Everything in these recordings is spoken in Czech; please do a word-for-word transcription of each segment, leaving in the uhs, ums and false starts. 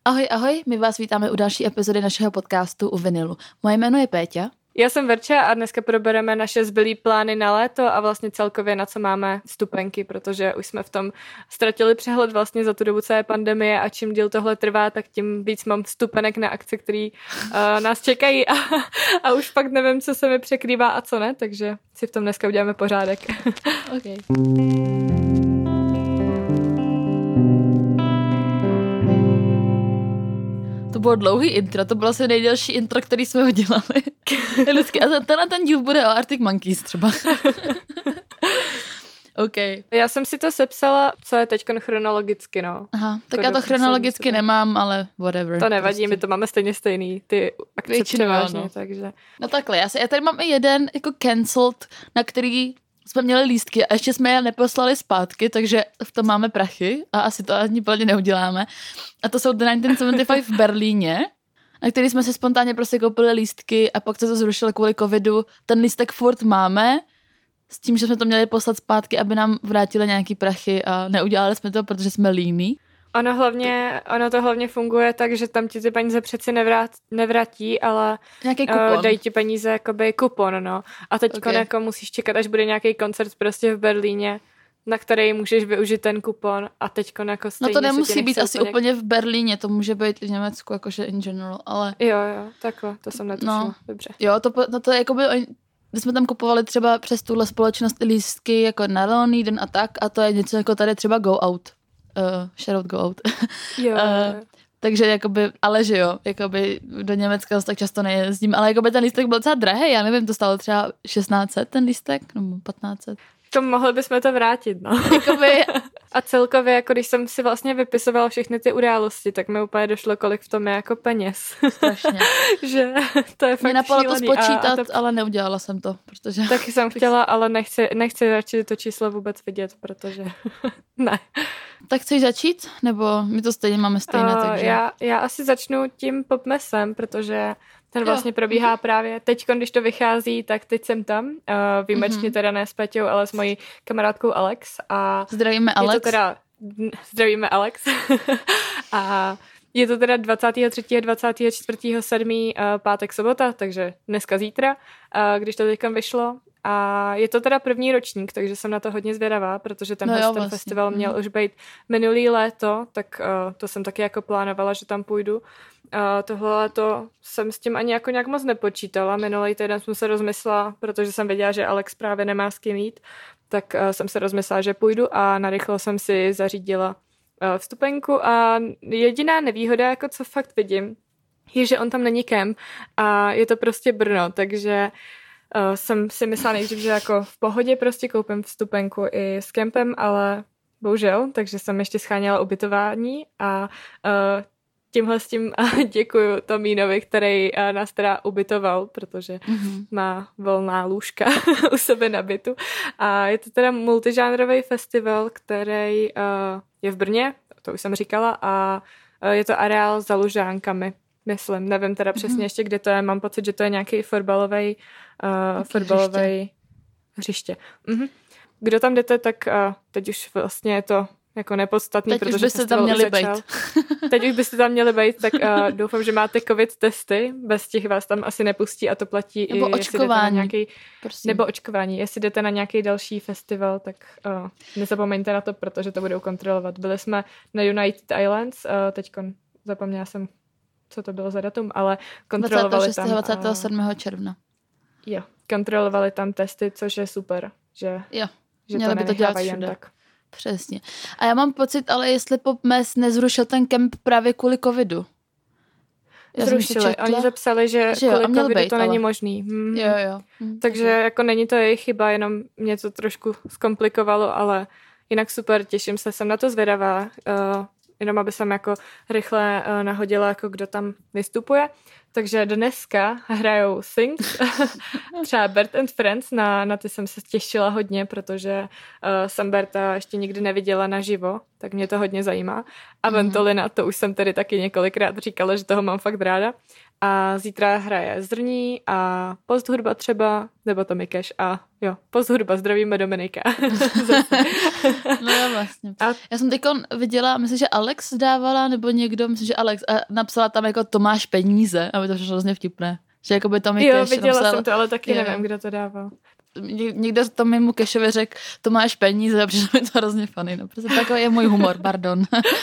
Ahoj, ahoj, my vás vítáme u další epizody našeho podcastu u Vinilu. Moje jméno je Péťa. Já jsem Verča a dneska probereme naše zbylý plány na léto a vlastně celkově na co máme vstupenky, protože už jsme v tom ztratili přehled vlastně za tu dobu celé pandemie a čím díl tohle trvá, tak tím víc mám vstupenek na akce, které uh, nás čekají a, a už fakt nevím, co se mi překrývá a co ne, takže si v tom dneska uděláme pořádek. Okay. To bylo dlouhý intro, to bylo asi nejdelší intro, který jsme ho dělali. A tenhle ten díl bude o Arctic Monkeys třeba. OK. Já jsem si to sepsala, co je teďkon chronologicky, no. Aha, tak já to chronologicky nemám, ale whatever. To nevadí, prostě. My to máme stejně stejný, ty akce převážně, no. Takže. No takhle, já, si, já tady mám i jeden jako cancelled, na který jsme měli lístky a ještě jsme je neposlali zpátky, takže v tom máme prachy a asi to ani plně neuděláme. A to jsou The devatenáct set sedmdesát pět v Berlíně, na který jsme si spontánně prostě koupili lístky a pak se to zrušilo kvůli covidu. Ten lístek furt máme, s tím, že jsme to měli poslat zpátky, aby nám vrátili nějaký prachy a neudělali jsme to, protože jsme líní. Ono hlavně, ono to hlavně funguje tak, že tam ti ty peníze přeci nevrát, nevratí, ale uh, dají ti peníze jakoby kupon, no. A teď okay. Jako musíš čekat, až bude nějaký koncert prostě v Berlíně, na který můžeš využít ten kupon a teď jako stejně. No to nemusí být asi úplně... úplně v Berlíně, to může být i v Německu, jakože in general, ale... Jo, jo, takhle, to jsem netušila, no, dobře. Jo, to, no to je jakoby... My jsme tam kupovali třeba přes tuhle společnost lístky jako na Lonely Den a tak a to je něco jako tady třeba Go Out. Uh, shoutout Go Out. Jo. uh, takže jakoby, ale že jo, jakoby do Německa tak často nejezdím, ale jakoby ten lístek byl docela drahý, já nevím, to stálo třeba šestnáct set ten lístek, nebo patnáct set. To mohli bychom to vrátit, no. Jakoby... A celkově, jako když jsem si vlastně vypisovala všechny ty události, tak mi úplně došlo, kolik v tom je jako peněz. Strašně. Že to je fakt mě napadlo to šílený. spočítat, a to... ale neudělala jsem to, protože... Taky jsem chtěla, ale nechci, nechci radši to číslo vůbec vidět, protože ne. Tak chceš začít? Nebo my to stejně máme stejné, uh, takže... Já, já asi začnu tím popmesem, protože ten vlastně jo. probíhá mm-hmm. právě teď, když to vychází, tak teď jsem tam. Uh, výjimečně mm-hmm. teda ne s Peťou, ale s mojí kamarádkou Alex. A zdravíme Alex. Je to teda, zdravíme Alex. A je to teda dvacátého třetího dvacátého čtvrtého sedmého Uh, pátek, sobota, takže dneska, zítra, uh, když to teďka vyšlo. A je to teda první ročník, takže jsem na to hodně zvědavá, protože ten, no jo, ten vlastně. festival měl mm. už být minulý léto, tak uh, to jsem taky jako plánovala, že tam půjdu. Uh, tohle léto jsem s tím ani jako nějak moc nepočítala. Minulý týden jsem se rozmyslela, protože jsem věděla, že Alex právě nemá s kým jít, tak uh, jsem se rozmyslela, že půjdu a narychlo jsem si zařídila uh, vstupenku a jediná nevýhoda, jako co fakt vidím, je, že on tam není kemp a je to prostě Brno, takže Uh, jsem si myslela nejdřív, že jako v pohodě prostě koupím vstupenku i s kempem, ale bohužel, takže jsem ještě scháněla ubytování a uh, tímhle s tím uh, děkuju Tomínovi, který uh, nás teda ubytoval, protože mm-hmm. má volná lůžka u sebe na bytu. A je to teda multižánrový festival, který uh, je v Brně, to už jsem říkala, a uh, je to areál za Lužánkami. Myslím, nevím teda přesně mm-hmm. ještě, kde to je. Mám pocit, že to je nějaký fotbalový uh, fotbalový hřiště. Mm-hmm. Kdo tam jdete, tak uh, teď už vlastně je to jako nepodstatný, teď protože už byste tam měli být. Teď už byste tam měli být, tak uh, doufám, že máte covid testy, bez těch vás tam asi nepustí a to platí nebo i očkování. Nějaký, nebo očkování. Jestli jdete na nějaký další festival, tak uh, nezapomeňte na to, protože to budou kontrolovat. Byli jsme na United Islands, uh, teďkon zapomněla jsem, co to bylo za datum, ale kontrolovali dvacátého šestého tam... dvacátého sedmého června. Jo, kontrolovali tam testy, což je super, že, jo, že to nenechávají jen tak. Přesně. A já mám pocit, ale jestli Popmes nezrušil ten kemp právě kvůli covidu. Já Zrušili. Oni zapsali, že, že kvůli covidu být, to ale... není možný. Hmm. Jo, jo. Hm, takže okay. jako není to jejich chyba, jenom mě to trošku zkomplikovalo, ale jinak super, těším se, jsem na to zvědavá. Uh, jenom aby jsem jako rychle uh, nahodila, jako kdo tam vystupuje. Takže dneska hrajou Things, třeba Bert and Friends, na, na ty jsem se těšila hodně, protože uh, jsem Berta ještě nikdy neviděla naživo, tak mě to hodně zajímá. A Ventolina, to už jsem tedy taky několikrát říkala, že toho mám fakt ráda. A zítra hraje Zrní a posthudba třeba, nebo Tommy Cash a jo, posthudba, zdravíme Dominika. No jo, vlastně. A... Já jsem teď viděla, myslím, že Alex dávala, nebo někdo, myslím, že Alex, a napsala tam jako to máš peníze, aby to všechno hrozně vtipné. Že jako by Tommy jo, Cash viděla napsal, jsem to, ale taky jo. nevím, kdo to dával. Někdo to mému Cashovi řekl, to máš peníze a přišlo mi to hrozně funny. No, prostě takový je můj humor, pardon.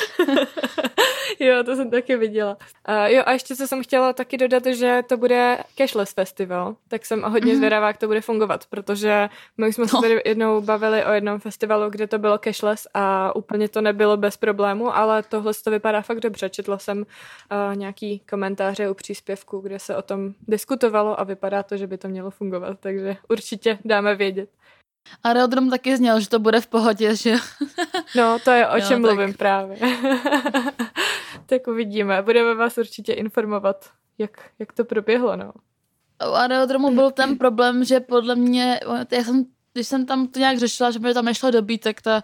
Jo, to jsem taky viděla. Uh, jo, a ještě co jsem chtěla taky dodat, že to bude cashless festival, tak jsem hodně mm-hmm. zvědavá, jak to bude fungovat, protože my jsme se no. tady jednou bavili o jednom festivalu, kde to bylo cashless a úplně to nebylo bez problému, ale tohle to vypadá fakt dobře. Četla jsem uh, nějaký komentáře u příspěvku, kde se o tom diskutovalo a vypadá to, že by to mělo fungovat, takže určitě dáme vědět. A Aerodrom taky zněl, že to bude v pohodě, že no, to je o čem jo, mluvím tak... právě. Tak uvidíme. Budeme vás určitě informovat, jak, jak to proběhlo, no. U Aerodromu byl ten problém, že podle mě, já jsem, když jsem tam to nějak řešila, že mi tam nešlo dobít, tak ta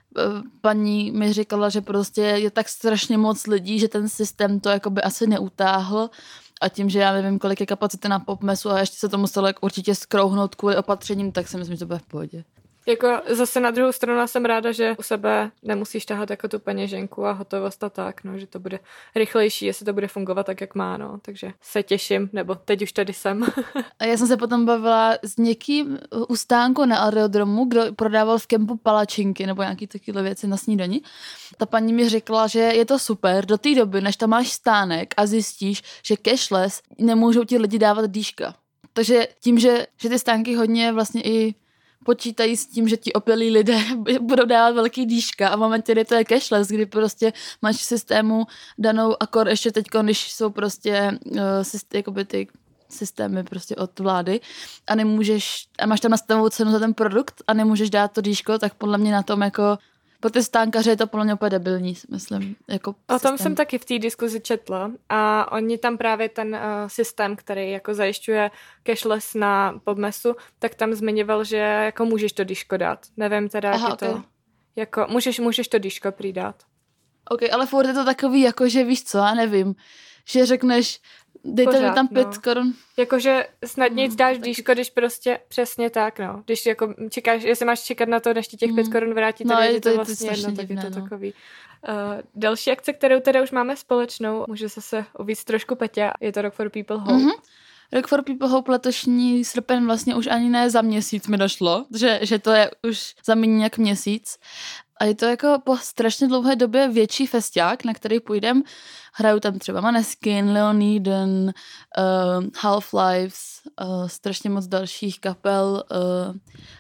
paní mi říkala, že prostě je tak strašně moc lidí, že ten systém to jakoby asi neutáhl. A tím, že já nevím, kolik je kapacity na popmesu a ještě se to muselo určitě skrouhnout kvůli opatřením, tak si myslím, že to bude v pohodě. Jako zase na druhou stranu jsem ráda, že u sebe nemusíš tahat jako tu peněženku a hotovost a tak, no, že to bude rychlejší, jestli to bude fungovat tak, jak má, no, takže se těším, nebo teď už tady jsem. A já jsem se potom bavila s někým u stánku na Aerodromu, kdo prodával v kempu palačinky nebo nějaký takové věci na snídani. Ta paní mi řekla, že je to super do té doby, než tam máš stánek a zjistíš, že cashless nemůžou ti lidi dávat dýška. Takže tím, že, že ty stánky hodně vlastně i počítají s tím, že ti opilí lidé budou dávat velký dýška a v momentě, kdy to je cashless, kdy prostě máš v systému danou akor ještě teď, když jsou prostě uh, systé, jakoby ty systémy prostě od vlády a nemůžeš, a máš tam nastavenou cenu za ten produkt a nemůžeš dát to dýško, tak podle mě na tom jako pro ty stánkaře je to podle mě úplně debilní, myslím. Jako o tom jsem taky v té diskuzi četla a oni tam právě ten uh, systém, který jako zajišťuje cashless na podmesu, tak tam zmiňoval, že jako můžeš to dýško dát. Nevím teda, Aha, jak je okay. to. Jako, můžeš, můžeš to dýško přidat. Ok, ale furt je to takový, jako že víš co, já nevím, že řekneš, dejte Pořád, mi tam pět no. korun. Jakože snadněji dáš dýško, když prostě přesně tak, no. Když jako čekáš, jestli máš čekat na to, než ti těch pět korun vrátí, no, tak je, je to, to vlastně jedno, tak divné, je to no. takový. Uh, další akce, kterou teda už máme společnou, může zase uvíct trošku Petě, je to Rock for People Hope. Mm-hmm. Rock for People Hope letošní srpen vlastně už ani ne za měsíc mi došlo, že, že to je už za méně jak měsíc. A je to jako po strašně dlouhé době větší festiák, na který půjdem. Hrajou tam třeba Maneskin, Leon Eden, uh, Half-Lives, uh, strašně moc dalších kapel uh,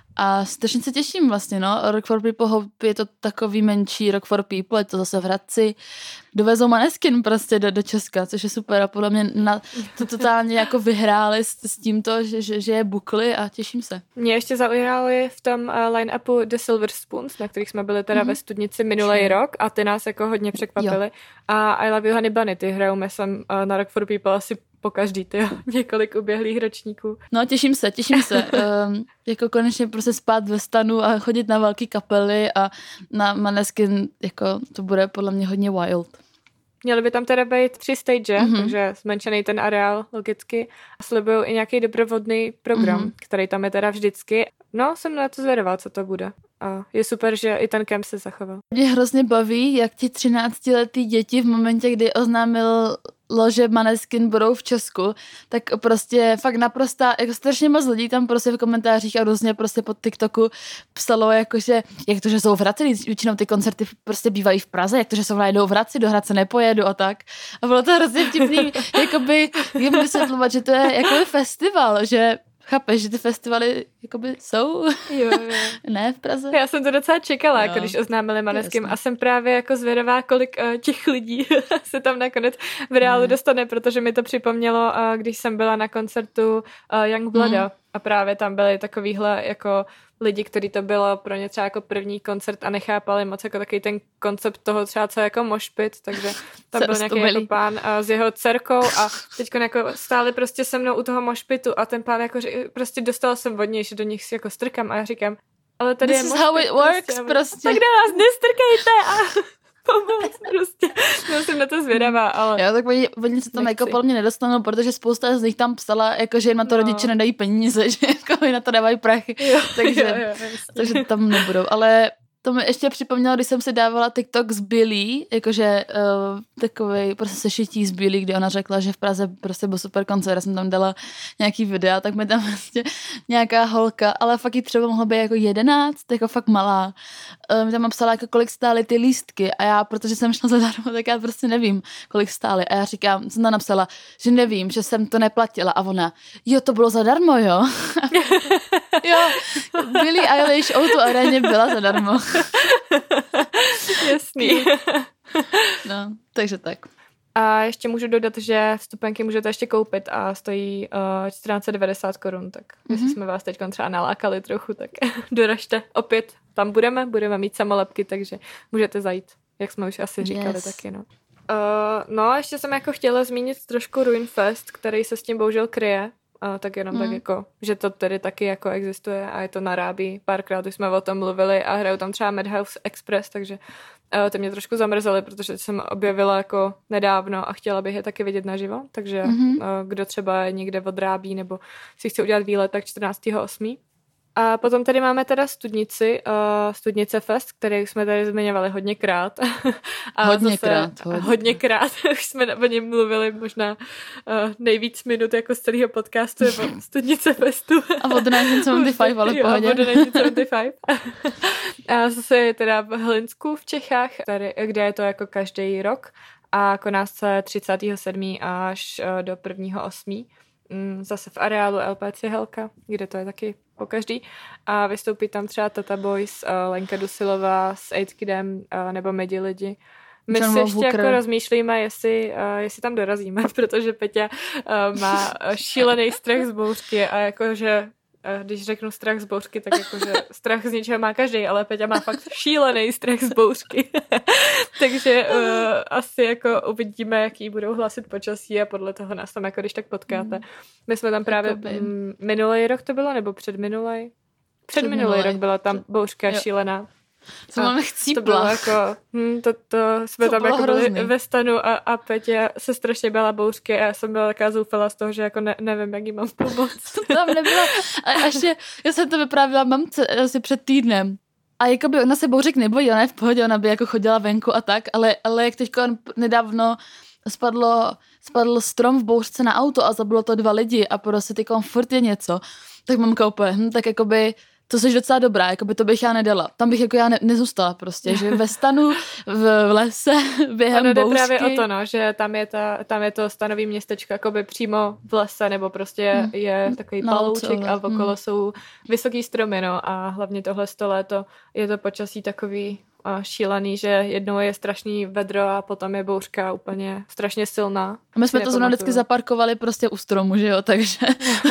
a strašně se těším vlastně, no. Rock for People Hope je to takový menší Rock for People, je to zase v Hradci. Dovezou Maneskin prostě do, do Česka, což je super a podle mě na, to totálně jako vyhráli s, s tímto, že, že, že je bukli a těším se. Mě ještě zaujali v tom uh, line-upu The Silver Spoons, na kterých jsme byli teda mm-hmm. ve Studnici minulý rok a ty nás jako hodně překvapily. Jo. A I Love You Honey Bunny, ty hrajou mesem uh, na Rock for People asi po každý, ty několik uběhlých ročníků. No těším se, těším se. um, jako konečně prostě spát ve stanu a chodit na velký kapely a na Maneskin, jako to bude podle mě hodně wild. Měly by tam teda být tři stage, mm-hmm. takže zmenšený ten areál logicky. A slibují i nějaký doprovodný program, mm-hmm. který tam je teda vždycky. No, jsem na to zvědavá, co to bude. A je super, že i ten kemp se zachoval. Mě hrozně baví, jak ti třináctiletí děti v momentě, kdy oznámil že Maneskin budou v Česku, tak prostě fakt naprosto, jako strašně moc lidí tam prostě v komentářích a různě prostě pod TikToku psalo, jakože, jak to, že jsou v Hradci, většinou ty koncerty prostě bývají v Praze, jak to, že jsou najednou v Hradci, do Hradce nepojedu a tak. A bylo to hrozně vtipný, jakoby jim vysvětlovat, že to je jakoby festival, že chápeš, že ty festivaly jakoby jsou? Jo, jo. Ne v Praze? Já jsem to docela čekala, jako když oznámili Maneskin a jsem právě jako zvědavá, kolik uh, těch lidí se tam nakonec v reálu mm. dostane, protože mi to připomnělo, uh, když jsem byla na koncertu uh, Young Blooda mm. a právě tam byly takovýhle jako lidi, kteří to bylo pro ně třeba jako první koncert a nechápali moc jako takový ten koncept toho třeba co jako moshpit, takže tam byl nějaký jako pán uh, s jeho dcerkou a teďko jako stáli prostě se mnou u toho moshpitu a ten pán jako prostě dostal jsem od něj, že do nich si jako strkám a já říkám, ale tady This je moshpit. This is how it works prostě. prostě. Tak do nás nestrkejte a pomoct prostě. No, jsem na to zvědavá, ale jo, tak oni, oni se tam nechci. jako podle mě nedostanou, protože spousta z nich tam psala, jako, že jim na to No. rodiče nedají peníze, že jako jim na to dávají prachy, jo, takže, jo, jo, jasně. takže tam nebudou, ale to mi ještě připomnělo, když jsem si dávala TikTok z Billy, jakože uh, takovej prostě sešití z Billy, kdy ona řekla, že v Praze prostě byl super koncert, já jsem tam dala nějaký videa, tak mi tam vlastně nějaká holka, ale fakt jí třeba mohla být jako jedenáct, jako fakt malá. Uh, mi tam napsala, jako kolik stály ty lístky a já, protože jsem šla zadarmo, tak já prostě nevím, kolik stály. A já říkám, jsem tam napsala, že nevím, že jsem to neplatila a ona, jo, to bylo zadarmo, jo. Jo, Billie Eilish o tu aréně byla zadarmo. Jasný. No, takže tak. A ještě můžu dodat, že vstupenky můžete ještě koupit a stojí uh, čtrnáct set devadesát korun, tak mm-hmm. jestli jsme vás teď třeba nalákali trochu, tak doražte. Opět tam budeme, budeme mít samolepky, takže můžete zajít, jak jsme už asi říkali yes. taky, no. Uh, no a ještě jsem jako chtěla zmínit trošku Ruinfest, který se s tím bohužel kryje. A tak jenom mm. tak jako, že to tedy taky jako existuje a je to na Rábí. Párkrát už jsme o tom mluvili a hrajou tam třeba Madhouse Express, takže uh, ty mě trošku zamrzely, protože jsem objevila jako nedávno a chtěla bych je taky vidět naživo, takže mm-hmm. uh, kdo třeba je někde od Rábí nebo si chce udělat výlet, tak čtrnáctého osmého A potom tady máme teda Studnici, uh, Studnice Fest, který jsme tady zmiňovali hodněkrát. A hodněkrát. Zase, hodně. hodněkrát. Už jsme o něm mluvili možná uh, nejvíc minut jako z celého podcastu je o Studnice Festu. A od devatenáct set sedmdesát pět, ale v pohodě. A od devatenáct set sedmdesát pět. A zase je teda v Hlinsku v Čechách, tady, kde je to jako každý rok a koná se třicátého sedmého až uh, do prvního osmého Zase v areálu L P C Helka, kde to je taky po každý. A vystoupí tam třeba Tata Boys, uh, Lenka Dusilová s Aid Kidem uh, nebo Medi lidi. My John si ještě Walker. jako rozmýšlíme, jestli, uh, jestli tam dorazíme, protože Peťa uh, má šílený strach z bouřky a jakože když řeknu strach z bouřky, tak jakože strach z něčeho má každý, ale Peťa má fakt šílený strach z bouřky. Takže uh, asi jako uvidíme, jaký budou hlasit počasí a podle toho nás tam jako když tak potkáte. My jsme tam právě m, minulý rok to bylo, nebo předminulý? Předminulý rok byla tam bouřka jo. šílená. Co máme chcípla. To bylo jako, hm, to, to jsme to tam jako hrozný. Byli ve stanu a, a Petě se strašně bála bouřky a já jsem byla taková zoufalá z toho, že jako ne, nevím, jak jí mám pomoct. To tam nebylo. A ještě, já jsem to vyprávěla mamce asi před týdnem. A jakoby ona se bouřek nebojí, ona je v pohodě, ona by jako chodila venku a tak, ale, ale jak teďko nedávno spadlo, spadl strom v bouřce na auto a zabilo to dva lidi a prostě teďko furt je něco, tak mamka úplně, hm, tak jakoby to jsi docela dobrá, jako by to bych já nedala. Tam bych jako já ne, nezůstala prostě, že ve stanu, v, v lese, během ono jde bouřky. právě o to, no, že tam je, ta, tam je to stanový městečko jakoby přímo v lese, nebo prostě hmm. je takový no, palouček a okolo hmm. jsou vysoký stromy, no, a hlavně tohle sto léto je to počasí takový a šílený, že jednou je strašný vedro a potom je bouřka úplně strašně silná. A my jsme to zrovna vždycky zaparkovali prostě u stromu, že jo, takže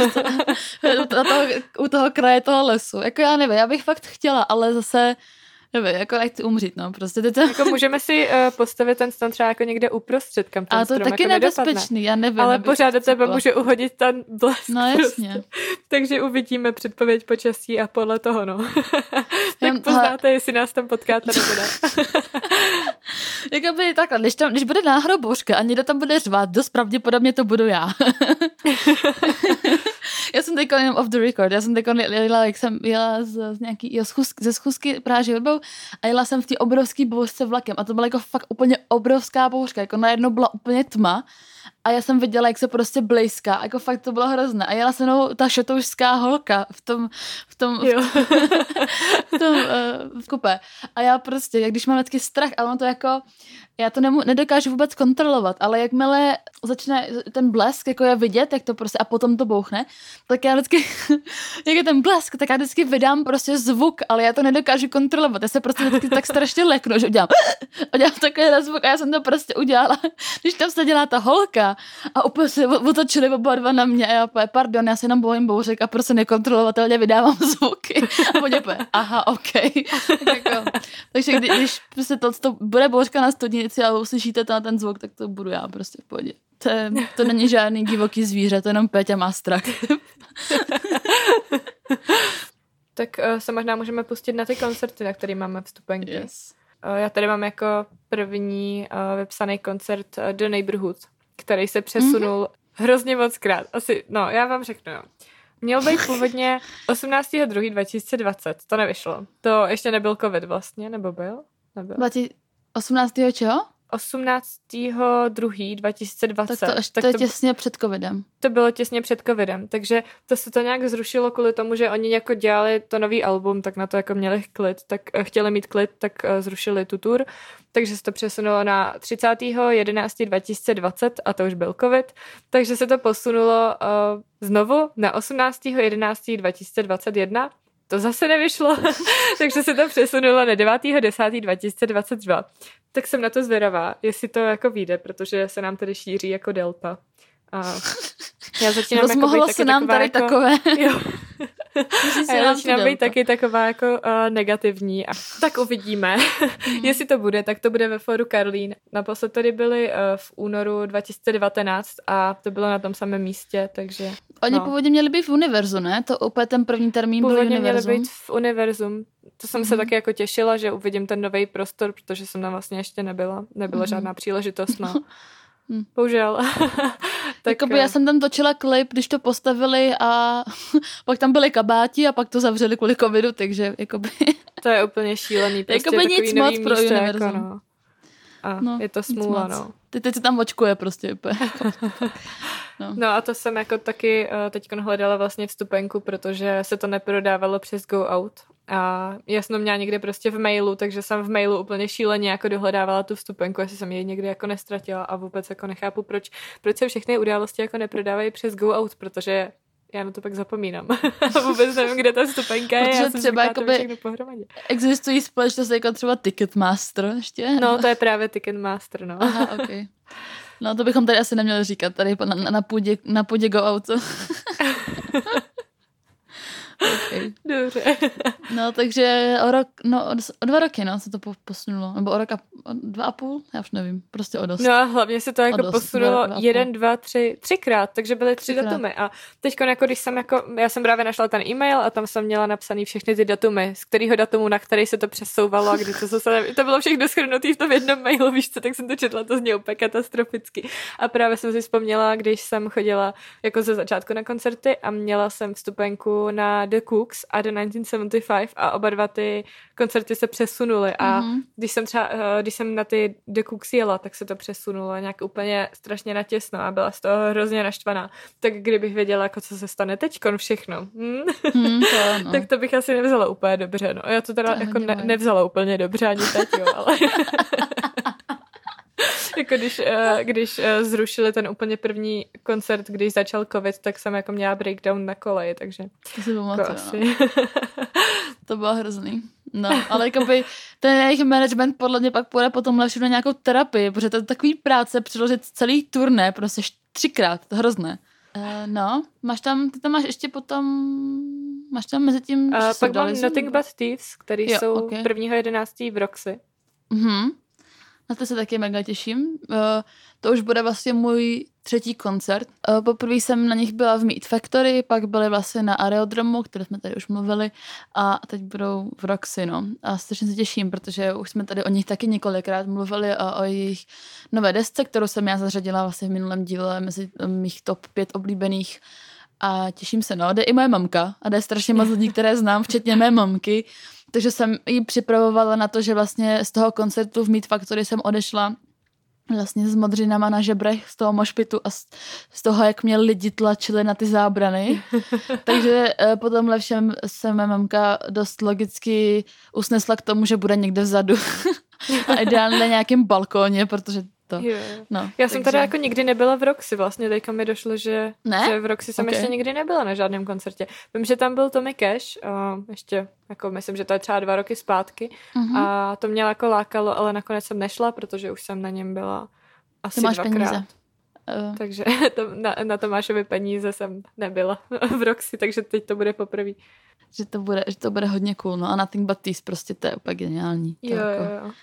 u, toho, u toho kraje toho lesu. Jako já nevím, já bych fakt chtěla, ale zase nevím, jako nechci umřít, no, prostě. Teď... Jako můžeme si uh, postavit ten strom třeba jako někde uprostřed, kam ten ale to strom je taky jako nebezpečný, já nevím. Ale pořád do tebe může uhodit ten blesk. No jasně. Prostě. Takže uvidíme předpověď počasí a podle toho, no. tak Jen, poznáte, ale... jestli nás tam potkáte nebo ne. Jakoby takhle, když, tam, když bude náhodou bouřka a někdo tam bude řvát, dost pravděpodobně to budu já. Já jsem teď jenom off the record, já jsem teď jela, jak jsem jela z, z nějaký, schůzky, ze schůzky Práži hudbou a jela jsem v té obrovské bouřce vlakem a to byla jako fakt úplně obrovská bouřka, jako najednou byla úplně tma a já jsem viděla, jak se prostě blejská, jako fakt to bylo hrozné a jela se mnou ta šotoušská holka v tom, v tom, v tom, v, tom uh, v kupé a já prostě, jak když mám vždycky strach, ale ono to jako, já to nemu, nedokážu vůbec kontrolovat, ale jakmile začne ten blesk, jako je vidět, jak to prostě a potom to bouchne, tak já vždycky, jak je ten blesk, tak já vždycky vydám prostě zvuk, ale já to nedokážu kontrolovat, já se prostě vždycky tak strašně leknu, že udělám, udělám takový zvuk a já jsem to prostě udělala, když tam se dělá ta holka a úplně se otočili oba dva na mě a já úplně, pardon, já se jenom bojím bouřek a prostě nekontrolovatelně vydávám zvuky a oni úplně, aha, ok. tak jako, takže když, když prostě to, to bude bouřka na studnici a uslyšíte ten, ten zvuk, tak to budu já prostě v pohodě. To, je, to není žádný divoký zvíře, to jenom Péťa má strach. Tak uh, se možná můžeme pustit na ty koncerty, na který máme vstupenky. Yes. já tady mám jako první uh, vypsaný koncert uh, The Neighborhood, který se přesunul mm-hmm. hrozně moc krát. Asi, no, já vám řeknu, jo. Měl být původně osmnáctého druhého dva tisíce dvacet, to nevyšlo. To ještě nebyl covid vlastně, nebo byl? Nebyl. osmnáctého čeho? osmnáctého druhého dva tisíce dvacet. Tak to, tak to je těsně před covidem. To bylo těsně před covidem, takže to se to nějak zrušilo kvůli tomu, že oni jako dělali to nový album, tak na to jako měli klid, tak chtěli mít klid, tak zrušili tu tour, takže se to přesunulo na třicátého jedenáctého dva tisíce dvacet a to už byl covid, takže se to posunulo uh, znovu na osmnáctého jedenáctého dva tisíce dvacet jedna. To zase nevyšlo, takže se to přesunulo na devátého desátého dva tisíce dvacet dva. Tak jsem na to zvědavá, jestli to jako vyjde, protože se nám tady šíří jako delta. A já začínám jako být taky se nám taková tady jako, takové. Jo. A já začínám být taky taková jako uh, negativní. A tak uvidíme. Mm. Jestli to bude, tak to bude ve Foru Karlín. Naposled tady byli uh, v únoru dva tisíce devatenáct a to bylo na tom samém místě, takže... Oni no. původně měli být v Univerzu, ne? To úplně ten první termín byl Univerzum. Původně měli být v Univerzum. To jsem mm. se taky jako těšila, že uvidím ten nový prostor, protože jsem tam vlastně ještě nebyla. Nebyla mm. žádná příležitost, no. Hmm. Bohužel. Tak, jakoby já jsem tam točila klip, když to postavili a pak tam byly kabáti a pak to zavřeli kvůli covidu, takže jakoby... To je úplně šílený. Prostě jakoby nic moc pro místo, Univerzum. Jako, no. A no, je to smůla, no. Ty teď si tam očkuje prostě úplně. no. no a to jsem jako taky uh, teď hledala vlastně vstupenku, protože se to neprodávalo přes Go Out. A já jsem to měla někde prostě v mailu, takže jsem v mailu úplně šíleně jako dohledávala tu vstupenku, jestli jsem ji někdy jako nestratila a vůbec jako nechápu, proč, proč se všechny události jako neprodávají přes Go Out, protože já na to pak zapomínám. Vůbec nevím, kde ta vstupenka je. Protože já třeba jakoby existují společnosti jako třeba Ticketmaster ještě. No, to je právě Ticketmaster, no. Aha, okay. No, to bychom tady asi neměli říkat, tady na, na, půdě, na půdě Go Outu. Okay. Dobře. No, takže o rok, no, o dva roky, no, se to posunulo. Nebo o rok a o dva a půl? Já už nevím. Prostě o dost. No a hlavně se to jako dost, posunulo dva, dva jeden, dva, tři, třikrát, takže byly tři třikrát. datumy. A teďko, jako když jsem jako, já jsem právě našla ten e-mail a tam jsem měla napsaný všechny ty datumy, z kterého datumu, na který se to přesouvalo a kdy to zase, to bylo všechno shrnutý v tom jednom mailu, víš co, tak jsem to četla, to zní úplně katastroficky. A právě jsem si vzpomněla, když jsem chodila jako ze začátku na koncerty a měla jsem vstupenku na The Cooks a The devatenáct set sedmdesát pět a oba dva ty koncerty se přesunuly a mm-hmm. když jsem třeba, když jsem na ty The Cooks jela, tak se to přesunulo nějak úplně strašně natěsno a byla z toho hrozně naštvaná. Tak kdybych věděla, jako co se stane teďkon všechno, hm? mm, to, no. tak to bych asi nevzala úplně dobře. No. Já to teda to jako ne, nevzala úplně dobře ani teď, jo, ale... Jako když, když zrušili ten úplně první koncert, když začal covid, tak jsem jako měla breakdown na koleji, takže to si pamatuju, jako asi. No. To bylo hrozný. No, ale jakoby ten jejich management podle mě pak půjde potom lepší na nějakou terapii, protože to je takový práce přiložit celý turné, prostě třikrát, to hrozné. Uh, no, máš tam, ty tam máš ještě potom, máš tam mezi tím... Uh, pak mám Nothing But Thieves, který jo, jsou okay. prvního jedenáctého v Roxy. Mhm. Na to se taky mega těším. Uh, to už bude vlastně můj třetí koncert. Uh, poprvé jsem na nich byla v Meat Factory, pak byly vlastně na Aerodromu, které jsme tady už mluvili, a teď budou v Roxy, no. A strašně se těším, protože už jsme tady o nich taky několikrát mluvili a o jejich nové desce, kterou jsem já zařadila vlastně v minulém díle mezi mých top pět oblíbených. A těším se, no. Jde i moje mamka a jde strašně moc lidí, které znám, včetně mé mamky. Takže jsem ji připravovala na to, že vlastně z toho koncertu v Meat Factory jsem odešla vlastně s modřinama na žebrech z toho mošpitu a z, z toho, jak mě lidi tlačili na ty zábrany. Takže po tomhle všem se mé mamka dost logicky usnesla k tomu, že bude někde vzadu. A ideálně na nějakém balkóně, protože to... Jo. No, já takže... jsem teda jako nikdy nebyla v Roxy, vlastně teďka mi došlo, že, že v Roxy jsem okay. ještě nikdy nebyla na žádném koncertě. Vím, že tam byl Tommy Cash, uh, ještě, jako myslím, že to je třeba dva roky zpátky uh-huh. a to mě jako lákalo, ale nakonec jsem nešla, protože už jsem na něm byla asi dvakrát. Peníze. Uh. Takže to, na, na Tomášovi peníze jsem nebyla v Roxy, takže teď to bude poprvé. Že to bude, že to bude hodně cool, no a Nothing But Thieves, prostě to je úplně geniální. To jo, jako... jo, jo.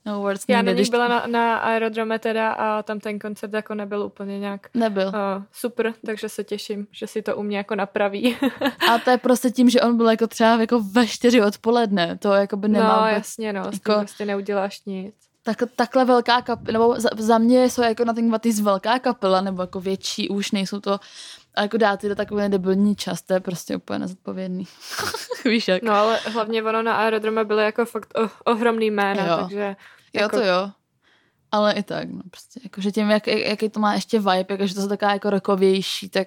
No words Já needed, na nich když- byla na, na aerodrome teda a tam ten koncert jako nebyl úplně nějak Nebyl. uh, super, takže se těším, že si to u mě jako napraví. A to je prostě tím, že on byl jako třeba jako ve čtyři odpoledne. To jako by nemá No vůbec, jasně, no, s tím jako- prostě neuděláš nic. tak, takhle velká kapela, nebo za, za mě jsou jako Nothing But Thieves velká kapela, nebo jako větší už, nejsou to, a jako dát do takové debilní čas, to je prostě úplně nezodpovědný. Víš jak? No ale hlavně ono na aerodrome byly jako fakt oh, ohromný jména, Jo. takže Jo, jako, to jo. Ale i tak, no prostě, jakože tím, jak, jaký to má ještě vibe, jakože to jsou taková jako rockovější, tak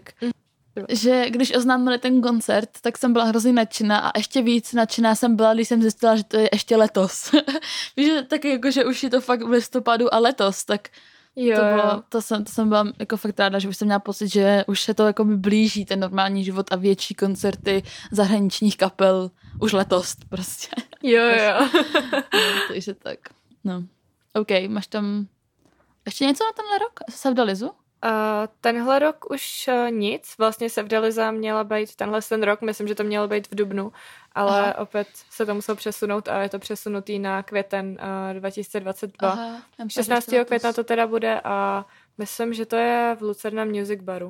že když oznámili ten koncert, tak jsem byla hrozně nadšená a ještě víc nadšená jsem byla, když jsem zjistila, že to je ještě letos. Víš, že taky jako, že už je to fakt v listopadu a letos, tak jo, to, jo. bylo, to, jsem, to jsem byla jako fakt ráda, že už jsem měla pocit, že už se to jako by blíží ten normální život a větší koncerty zahraničních kapel už letos prostě. Jo, jo. No, takže tak, no. OK, máš tam ještě něco na tenhle rok? Sevdalizu? Uh, tenhle rok už uh, nic, vlastně Sevdaliza měla být tenhle ten rok, myslím, že to mělo být v dubnu, ale Aha. opět se to muselo přesunout a je to přesunutý na květen uh, dva tisíce dvacet dva. Aha, šestnáctého května to teda bude a myslím, že to je v Lucerna Music Baru.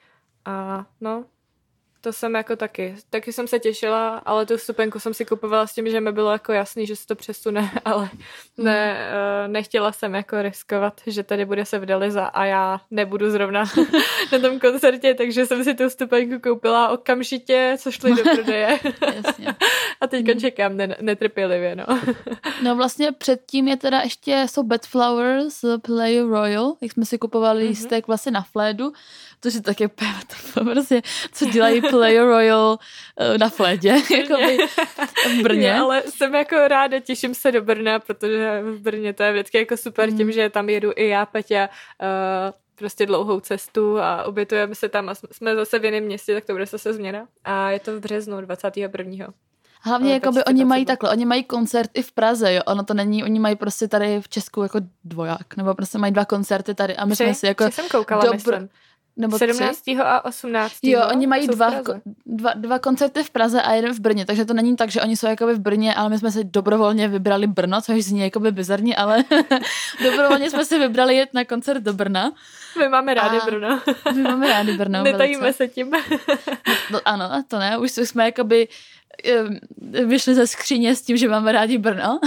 A no, to jsem jako taky. Taky jsem se těšila, ale tu vstupenku jsem si kupovala s tím, že mi bylo jako jasný, že se to přesune, ale ne, uh, nechtěla jsem jako riskovat, že tady bude Sevdaliza a já nebudu zrovna na tom koncertě, takže jsem si tu vstupenku koupila okamžitě, co šli do prodeje. Jasně. A teďka čekám ne- netrpělivě, no. No vlastně předtím je teda ještě jsou Bedflower z Play Royal, jak jsme si kupovali Mhm. lístek vlastně na Flédu, což je taky to prostě, co dělají Play Royal eh, na Flédě, jakoby v Brně. Jo, ale jsem jako ráda, těším se do Brna, protože v Brně to je vždycky jako super Mm. tím, že tam jedu i já, Peťa, uh, prostě dlouhou cestu a ubytujeme se tam a jsme- jsme zase v jiném městě, tak to bude zase změna. A je to v březnu dvacátého prvního. Hlavně Ale jakoby dvacet oni mají dvacet dva. takhle, oni mají koncert i v Praze, jo, ono to není, oni mají prostě tady v Česku jako dvoják, nebo prostě mají dva koncerty tady a my jsme si jako, Tři jsem koukala, dobr- myslím. nebo tři. sedmnáctého a osmnáctého Jo, oni mají jsou v dva, Praze. ko- dva, dva koncerty v Praze a jeden v Brně, takže to není tak, že oni jsou jakoby v Brně, ale my jsme si dobrovolně vybrali Brno, což zní jakoby bizarní, ale dobrovolně jsme si vybrali jet na koncert do Brna. My máme rádi A- Brno. My máme rádi Brno. Netajíme velice. se tím. No, ano, to ne, už jsme jakoby eh, vyšli ze skříně s tím, že máme rádi Brno.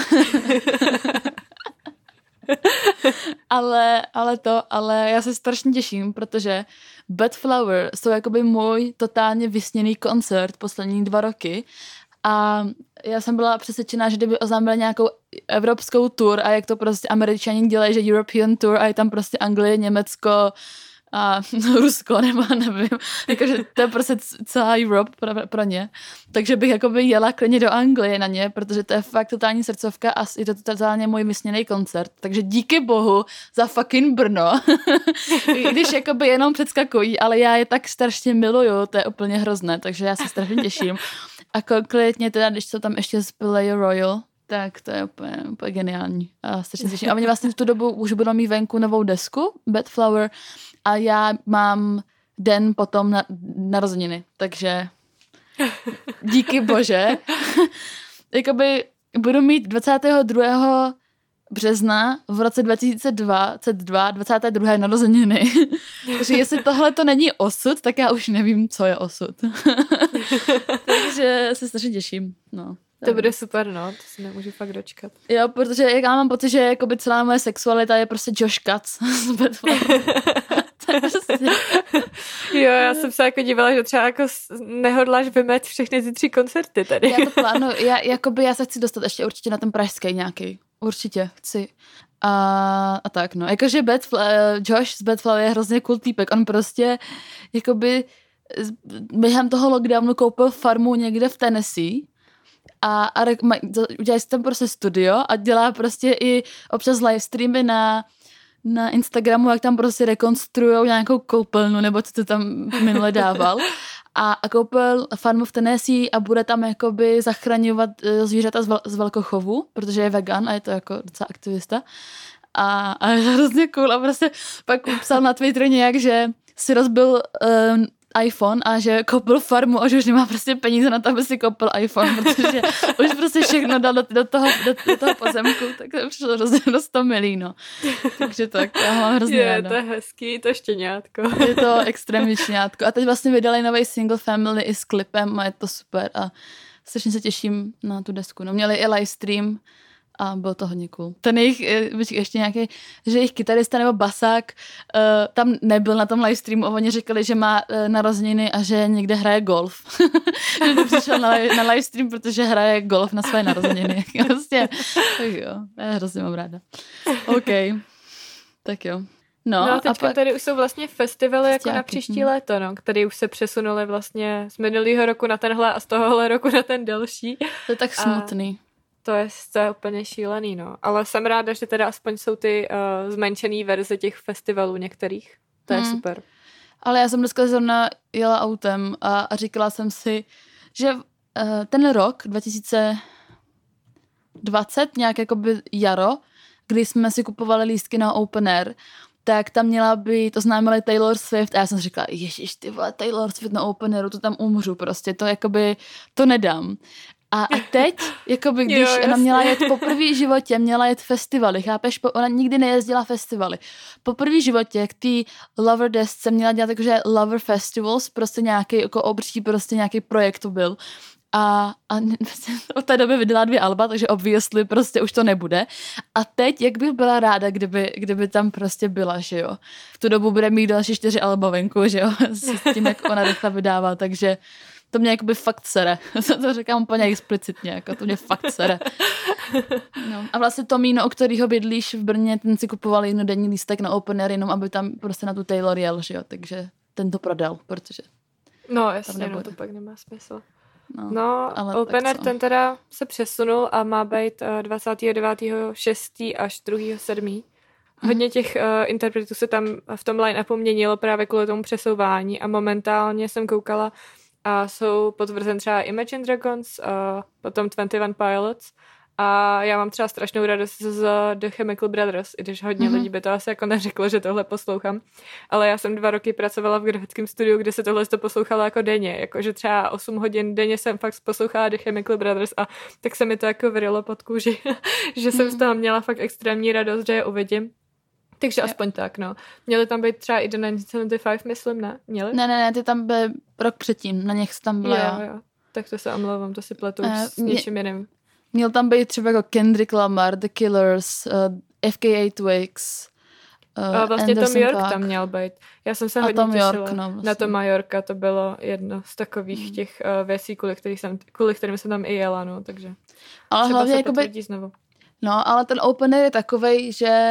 ale, ale to, ale já se strašně těším, protože Bedflower jsou jakoby můj totálně vysněný koncert poslední dva roky a já jsem byla přesvědčená, že kdyby oznámili nějakou evropskou tour a jak to prostě Američani dělají, že European tour a je tam prostě Anglie, Německo a Rusko, nebo nevím, jakože to je prostě c- celá Europe pro, pro ně. Takže bych jakoby jela klidně do Anglie na ně, protože to je fakt totální srdcovka a je to totálně můj vysněný koncert. Takže díky bohu za fucking Brno. I když jakoby jenom předskakují, ale já je tak strašně miluju, to je úplně hrozné, takže já se strašně těším. A konkrétně teda, když jsou tam ještě z Play Royal, tak to je úplně, úplně geniální. A strašně těším. A oni vlastně v tu dobu už budou mít venku novou desku, Bedflower, a já mám den potom na narozeniny, takže díky bože. Jakoby budu mít dvacátého druhého března v roce dva tisíce dvacet dva dvacáté druhé narozeniny. Takže jestli tohle to není osud, tak já už nevím, co je osud. Takže se strašně těším. No. To bude super, no, to si nemůžu fakt dočkat. Jo, protože jak já mám pocit, že jakoby celá moje sexualita je prostě Josh Katz. To je prostě... Jo, já jsem se jako dívala, že třeba jako s- nehodláš vymet všechny ty tři koncerty tady. Já to plánuju, já, jakoby já se chci dostat ještě určitě na ten pražský nějaký. Určitě, chci. A, a tak, no. Jakože Bedfl- Josh z Bedflower je hrozně cool týpek. On prostě, jakoby, z- během toho lockdownu koupil farmu někde v Tennessee a, a re- maj, udělali si tam prostě studio a dělá prostě i občas livestreamy na na Instagramu, jak tam prostě rekonstruujou nějakou koupelnu, nebo co to tam minule dával. A, a koupil farmu v Tennessee a bude tam jakoby zachraňovat eh, zvířata z, vel, z velkochovu, protože je vegan a je to jako docela aktivista. A, a je to hrozně cool. A prostě pak psal na Twitteru nějak, že si rozbil um, iPhone a že koupil farmu a že už nemá prostě peníze na to, aby si koupil iPhone, protože už prostě všechno dal do, do, toho, do, do toho pozemku, tak to přišlo hrozně dost to milý, no. Takže tak, já mám hrozně je, ráda. To je hezký, to štěňátko. Je to extrémně štěňátko. A teď vlastně vydali nový single Family i s klipem a je to super a strašně se těším na tu desku. No, měli i livestream a bylo to hodně cool. Ten jejich, ještě nějaký, že jejich kytarista nebo basák uh, tam nebyl na tom livestreamu a oni říkali, že má uh, narozeniny a že někde hraje golf. Že to přišel na, na livestream, protože hraje golf na své narozeniny. Prostě, tak jo, já hrozně mám ráda. OK, tak jo. No, no a teď pak... tady už jsou vlastně festivaly jako Stěky. na příští léto, no, které už se přesunuly vlastně z minulého roku na tenhle a z tohohle roku na ten další. To je tak smutný. To je, to je úplně šílený, no. Ale jsem ráda, že teda aspoň jsou ty uh, zmenšený verze těch festivalů některých. To je hmm. super. Ale já jsem dneska zrovna jela autem a, a říkala jsem si, že uh, ten rok dva tisíce dvacet, nějak jakoby jaro, kdy jsme si kupovali lístky na Open Air, tak tam měla být, oznámili Taylor Swift a já jsem říkala, ježiš, ty vole, Taylor Swift na Open Airu, to tam umřu prostě, to jakoby, to nedám. A, a teď, jakoby, když jo, ona měla jet po první životě, měla jet festivaly, chápeš? Ona nikdy nejezdila festivaly. Po první životě k té Lover desce měla dělat jakože Lover Festivals, prostě nějaký jako obří, prostě nějaký projekt to byl. A, a od té doby vydala dvě alba, takže obviously prostě už to nebude. A teď, jak bych byla ráda, kdyby, kdyby tam prostě byla, že jo. V tu dobu bude mít další čtyři alba venku, že jo, s tím, jak ona rychle vydává, takže to mě jakoby fakt sere. To říkám úplně explicitně, jako to mě fakt sere. No. A vlastně Tomíno, o kterýho bydlíš v Brně, ten si kupoval jednodenní lístek na Open Air, jenom aby tam prostě na tu Taylor jel, že jo, takže ten to prodal, protože no jasně, no to pak nemá smysl. No, no Open Air ten teda se přesunul a má být dvacátého devátého šestého až druhého sedmého Hodně těch uh, interpretů se tam v tom line-upu měnilo právě kvůli tomu přesouvání a momentálně jsem koukala a jsou potvrzen třeba Imagine Dragons, uh, potom twenty one Pilots a já mám třeba strašnou radost z The Chemical Brothers, i když hodně mm-hmm. lidí by to asi jako neřeklo, že tohle poslouchám, ale já jsem dva roky pracovala v grafickém studiu, kde se tohle to poslouchala jako denně, jakože třeba osm hodin denně jsem fakt poslouchala The Chemical Brothers a tak se mi to jako vrylo pod kůži, že jsem mm-hmm. z toho měla fakt extrémní radost, že je uvidím. Takže aspoň tak, no. Měli tam být třeba i do devatenáct set padesát pět, myslím, ne? Měli? Ne, ne, ne, ty tam byly rok předtím, na něch tam byla jo, já. Jo, tak to se omlouvám, to si pletu uh, s něčím jiným. Měl tam být třeba jako Kendrick Lamar, The Killers, uh, F K A Twigs, uh, A vlastně Anderson Tom York Paak. tam měl být. Já jsem se A hodně Tom těšila York, no, vlastně. na Toma Yorka, to bylo jedno z takových hmm. těch uh, věcí, kvůli, kterých jsem, kvůli kterým jsem tam i jela, no, takže ale třeba hlavně se jakoby, potvrdí znovu. No, ale ten Open Air je takovej, že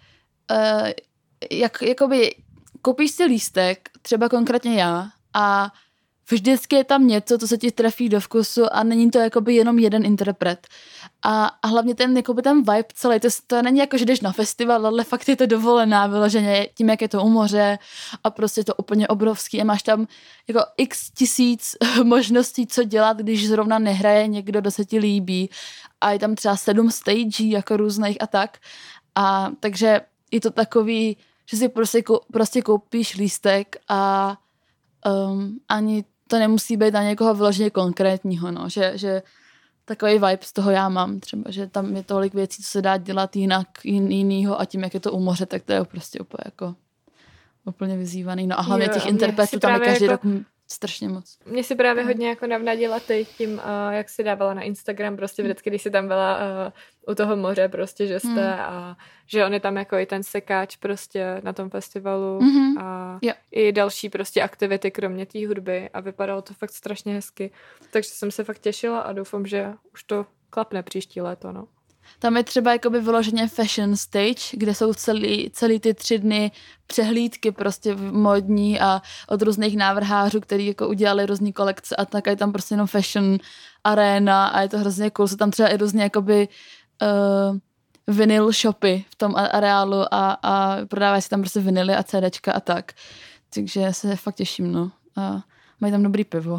uh, jak, jakoby koupíš si lístek, třeba konkrétně já, a vždycky je tam něco, co se ti trefí do vkusu a není to jakoby jenom jeden interpret. A, a hlavně ten, jakoby ten vibe celý, to, to není jako, že jdeš na festival, ale fakt je to dovolená vyloženě tím, jak je to u moře a prostě je to úplně obrovský a máš tam jako x tisíc možností, co dělat, když zrovna nehraje někdo, kdo se ti líbí a je tam třeba sedm stagí jako různých a tak. A takže je to takový, že si prostě, prostě koupíš lístek a um, ani to nemusí být na někoho vyloženě konkrétního, no, že, že takový vibe z toho já mám třeba, že tam je tolik věcí, co se dá dělat jinak, jin, jinýho a tím, jak je to u moře, tak to je prostě úplně jako úplně vyzývaný, no a hlavně jo, těch interpretů tam je každý jako... rok strašně moc. Mě si právě hodně jako navnadila teď tím, uh, jak si dávala na Instagram, prostě vždycky, když si tam byla uh, u toho moře, prostě, že jste hmm. a že on je tam jako i ten sekáč prostě na tom festivalu mm-hmm. a yeah. i další prostě aktivity kromě té hudby a vypadalo to fakt strašně hezky. Takže jsem se fakt těšila a doufám, že už to klapne příští léto, no. Tam je třeba jakoby vyloženě fashion stage, kde jsou celý, celý ty tři dny přehlídky prostě modní a od různých návrhářů, který jako udělali různý kolekce a tak je tam prostě jenom fashion arena a je to hrozně cool. Jsou tam třeba i různě jakoby uh, vinyl shopy v tom areálu a, a prodávají si tam prostě vinily a CDčka a tak. Takže se fakt těším, no. A mají tam dobrý pivo.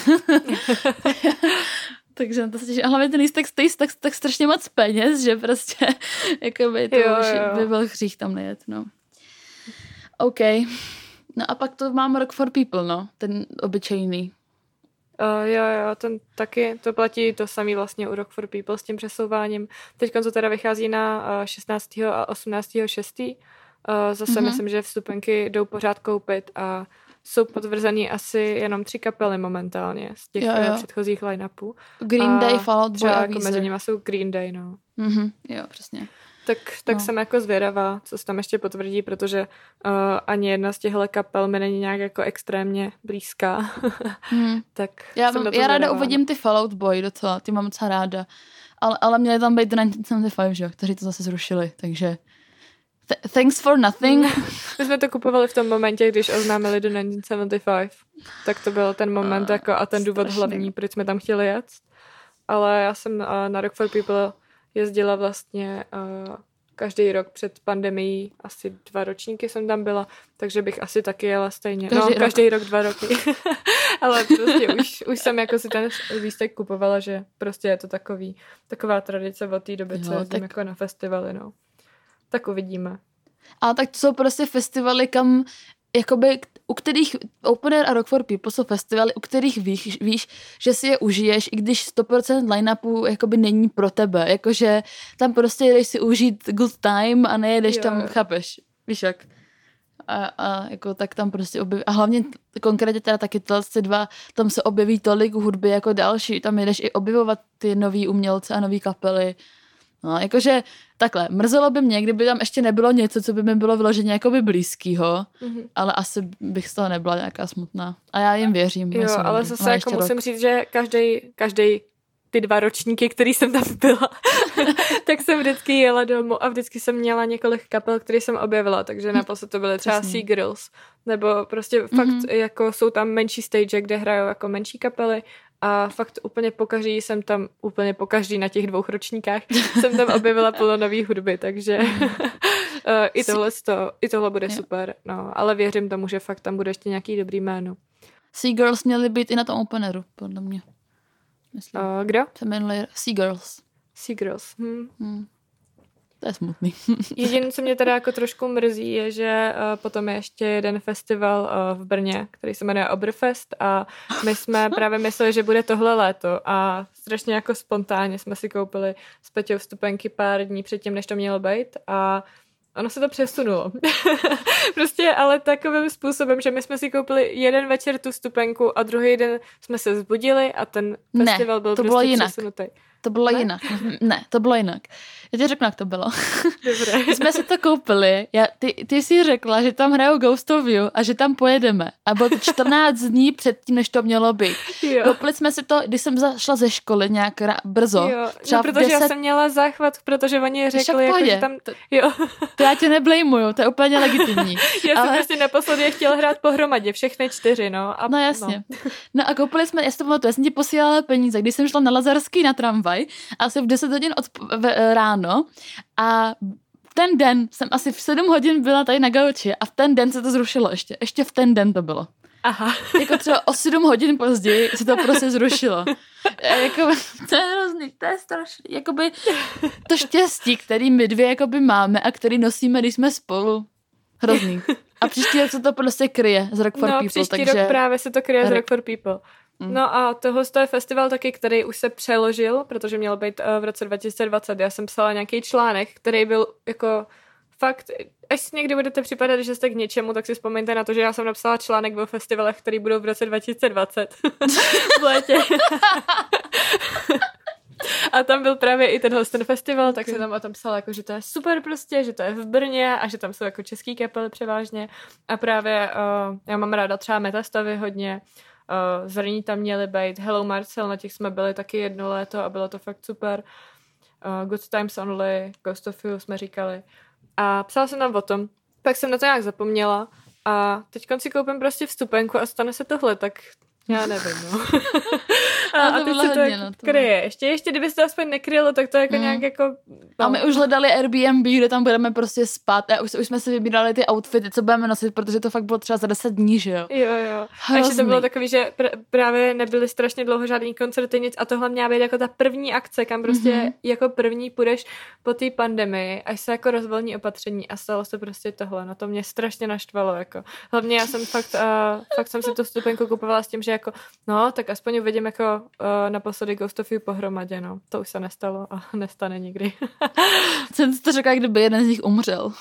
Takže na to se těším. A hlavně ten lístek stojí tak, tak strašně moc peněz, že prostě jako by to jo, už jo. by byl hřích tam nejet, no. OK. No a pak to mám Rock for People, no, ten obyčejný. Uh, jo, jo, ten taky, to platí to samý vlastně u Rock for People s tím přesouváním. Teď to teda vychází na uh, šestnáctého a osmnáctého šestého Uh, zase mm-hmm. myslím, že vstupenky jdou pořád koupit a jsou potvrzený asi jenom tři kapely momentálně z těch jo, jo. předchozích line-upů. Green a Day, Fall Out Boy a jako mezi nimi jsou Green Day, no. Mm-hmm. Jo, přesně. Tak, tak no. jsem jako zvědavá, co se tam ještě potvrdí, protože uh, ani jedna z těchto kapel mi není nějak jako extrémně blízká. Mm. tak já jsem já ráda uvidím ty Fall Out Boy docela, ty mám docela ráda. Ale, ale měli tam být devatenáct sedmdesát pět, že jo, kteří to zase zrušili, takže th- thanks for nothing. My jsme to kupovali v tom momentě, když oznámili do devatenáct sedmdesát pět, tak to byl ten moment uh, jako a ten důvod strašný. Hlavní, proč jsme tam chtěli jet. Ale já jsem uh, na Rock for People jezdila vlastně uh, každý rok před pandemií, asi dva ročníky jsem tam byla, takže bych asi taky jela stejně. Každý no, rok. každý rok dva roky. Ale prostě už, už jsem jako si ten lístek kupovala, že prostě je to takový, taková tradice od té doby, jo, co jezdím tak... jako na festivaly, no. Tak uvidíme. Ale tak to jsou prostě festivaly, kam jakoby, u kterých Open Air a Rock for People jsou festivaly, u kterých víš, víš, že si je užiješ, i když sto procent line-upu jakoby není pro tebe. Jakože tam prostě jdeš si užít good time a nejedeš jo. tam, chápeš, víš jak. A, a jako tak tam prostě objeví. A hlavně konkrétně teda taky tyhle dva, tam se objeví tolik hudby jako další. Tam jdeš i objevovat ty nový umělce a nový kapely. No, jakože takhle, mrzelo by mě, kdyby tam ještě nebylo něco, co by mi bylo vyloženě jakoby blízkýho, mm-hmm. ale asi bych z toho nebyla nějaká smutná. A já jim věřím. Jo, ale zase ale jako musím rok. říct, že každý, každý ty dva ročníky, který jsem tam byla, tak jsem vždycky jela domů a vždycky jsem měla několik kapel, které jsem objevila, takže naposled to byly třeba Sea Girls, nebo prostě fakt mm-hmm. jako jsou tam menší stage, kde hrajou jako menší kapely a fakt úplně pokaždý jsem tam, úplně pokaždý na těch dvou ročníkách jsem tam objevila plno nový hudby, takže i tohle, to, i tohle bude super, no, ale věřím tomu, že fakt tam bude ještě nějaký dobrý jméno. Sea Girls měly být i na tom openeru, podle mě. Myslím. Uh, kdo? Se jmenuje Sea Girls. Sea Girls. Hm. Hmm. To je smutný. Jediné, co mě teda jako trošku mrzí, je, že uh, potom je ještě jeden festival uh, v Brně, který se jmenuje Oberfest a my jsme právě mysleli, že bude tohle léto a strašně jako spontánně jsme si koupili s Peťou vstupenky pár dní předtím, než to mělo být a ono se to přesunulo. Prostě, ale takovým způsobem, že my jsme si koupili jeden večer tu vstupenku a druhý den jsme se vzbudili a ten festival ne, byl to prostě bylo jinak. přesunutý. To bylo ne? jinak. Ne, to bylo jinak. Já ti řeknu, jak to bylo. Dobré. My jsme si to koupili. Já, ty, ty jsi řekla, že tam hrajou Ghost of You a že tam pojedeme. A bylo to čtrnáct dní předtím, než to mělo být. Jo. Koupili jsme si to, když jsem zašla ze školy nějak ra- brzo. Jo, no, protože deset... já jsem měla záchvat, protože oni řekli, jako, že tam... Jo. To já tě neblejmuju, to je úplně legitimní. Já ale... jsem prostě naposledy chtěla hrát pohromadě, všechny čtyři, no. A, no jasně. No. no a koupili jsme, já, to bylo to, já jsem ti posílala peníze, když jsem šla na Lazarský na tramvaj, asi v deset hodin od, v, ráno a ten den jsem asi v sedm hodin byla tady na gauči a v ten den se to zrušilo ještě. Ještě v ten den to bylo. Aha. Jako třeba o sedm hodin později se to prostě zrušilo. Jako, to je hrozný, to je strašný. Jakoby to štěstí, který my dvě jakoby máme a který nosíme, když jsme spolu. Hrozný. A příští rok se to prostě kryje z Rock for no, People. příští takže... rok právě se to kryje z Rock for People. Mm. No a tohle je festival taky, který už se přeložil, protože měl být uh, v roce dva tisíce dvacet. Já jsem psala nějaký článek, který byl jako fakt, až si někdy budete připadat, že jste k něčemu, tak si vzpomeňte na to, že já jsem napsala článek o festivalech, který budou v roce dva tisíce dvacet. V létě. A tam byl právě i tenhle ten festival, tak okay. jsem tam o tom psala, jako, že to je super prostě, že to je v Brně a že tam jsou jako český kapely převážně. A právě uh, já mám ráda třeba Metastavy hodně, uh, Zrní tam měly být, Hello Marcel, na těch jsme byli taky jedno léto a bylo to fakt super. Uh, Good Times Only, Ghost of You jsme říkali. A psala jsem tam o tom, pak jsem na to nějak zapomněla a teď si koupím prostě vstupenku a stane se tohle, tak Já nevím, no. a, a, a to teď bylo se to hodně, jako no, to kryje. Ještě, ještě kdyby se to aspoň nekrylo, tak to jako mm. nějak jako... No. A my už hledali Airbnb, kde tam budeme prostě spát a už, už jsme si vybírali ty outfity, co budeme nosit, protože to fakt bylo třeba za deset dní, že jo? Jo, jo. Hrozný. A ještě to bylo takový, že pr- právě nebyly strašně dlouho žádný koncerty, nic a tohle měla být jako ta první akce, kam prostě mm-hmm. jako první půjdeš po té pandemii, až se jako rozvolní opatření a stalo se prostě tohle. No to mě strašně naštvalo, jako. Hlavně já jsem fakt, uh, fakt jsem si tu vstupenku kupovala s tím, že jako, no, tak aspoň uvidím jako uh, naposledy Ghost of You pohromadě, no. To už se nestalo a nestane nikdy. Jsem si to řekla, kdyby jeden z nich umřel.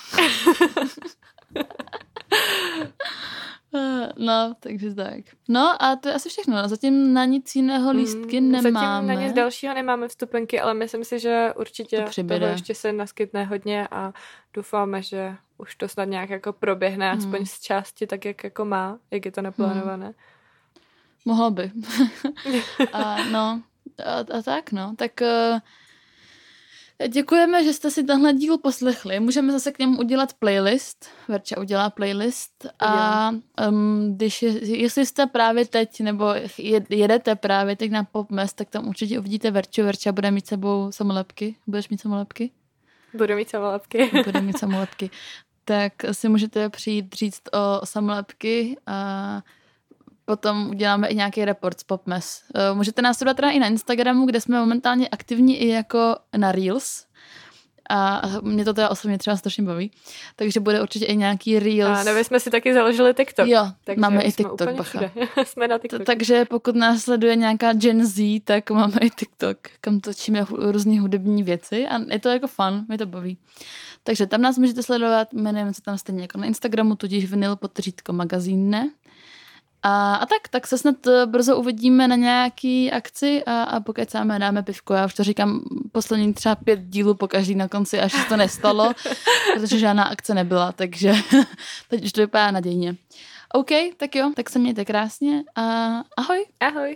No, takže tak. No a to je asi všechno. Zatím na nic jiného lístky mm, nemáme. Zatím na nic dalšího nemáme vstupenky, ale myslím si, že určitě to toho ještě se naskytne hodně a doufáme, že už to snad nějak jako proběhne, mm. aspoň z části tak, jak jako má, jak je to naplánované. Mm. Mohlo by. a no, a, a tak no, tak... Uh, děkujeme, že jste si tenhle díl poslechli. Můžeme zase k němu udělat playlist. Verča udělá playlist. A um, když je, jestli jste právě teď, nebo jedete právě teď na Popmess, tak tam určitě uvidíte Verču. Verča bude mít sebou samolepky. Budeš mít samolepky? Budu mít samolepky. Budu mít samolepky. Tak si můžete přijít říct o samolepky a potom uděláme i nějaký report z Popmess. Můžete nás sledovat teda i na Instagramu, kde jsme momentálně aktivní i jako na Reels. A mě to teda osobně třeba strašně baví. Takže bude určitě i nějaký Reels. A nebo jsme si taky založili TikTok. Jo, takže máme i TikTok, bacha. Jsme na TikToku. Takže pokud nás sleduje nějaká Gen Z, tak máme i TikTok, kam točíme různý hudební věci a je to jako fun, mě to baví. Takže tam nás můžete sledovat, jmenujeme se tam stejně jako na Instagramu, tudíž vinyl podtržítko magazín. A, a tak, tak se snad brzo uvidíme na nějaký akci a, a pokud sáme dáme pivko. Já už to říkám poslední třeba pět dílů po každý na konci, až se to nestalo, protože žádná akce nebyla, takže teď už to vypadá nadějně. OK, tak jo, tak se mějte krásně a ahoj. Ahoj.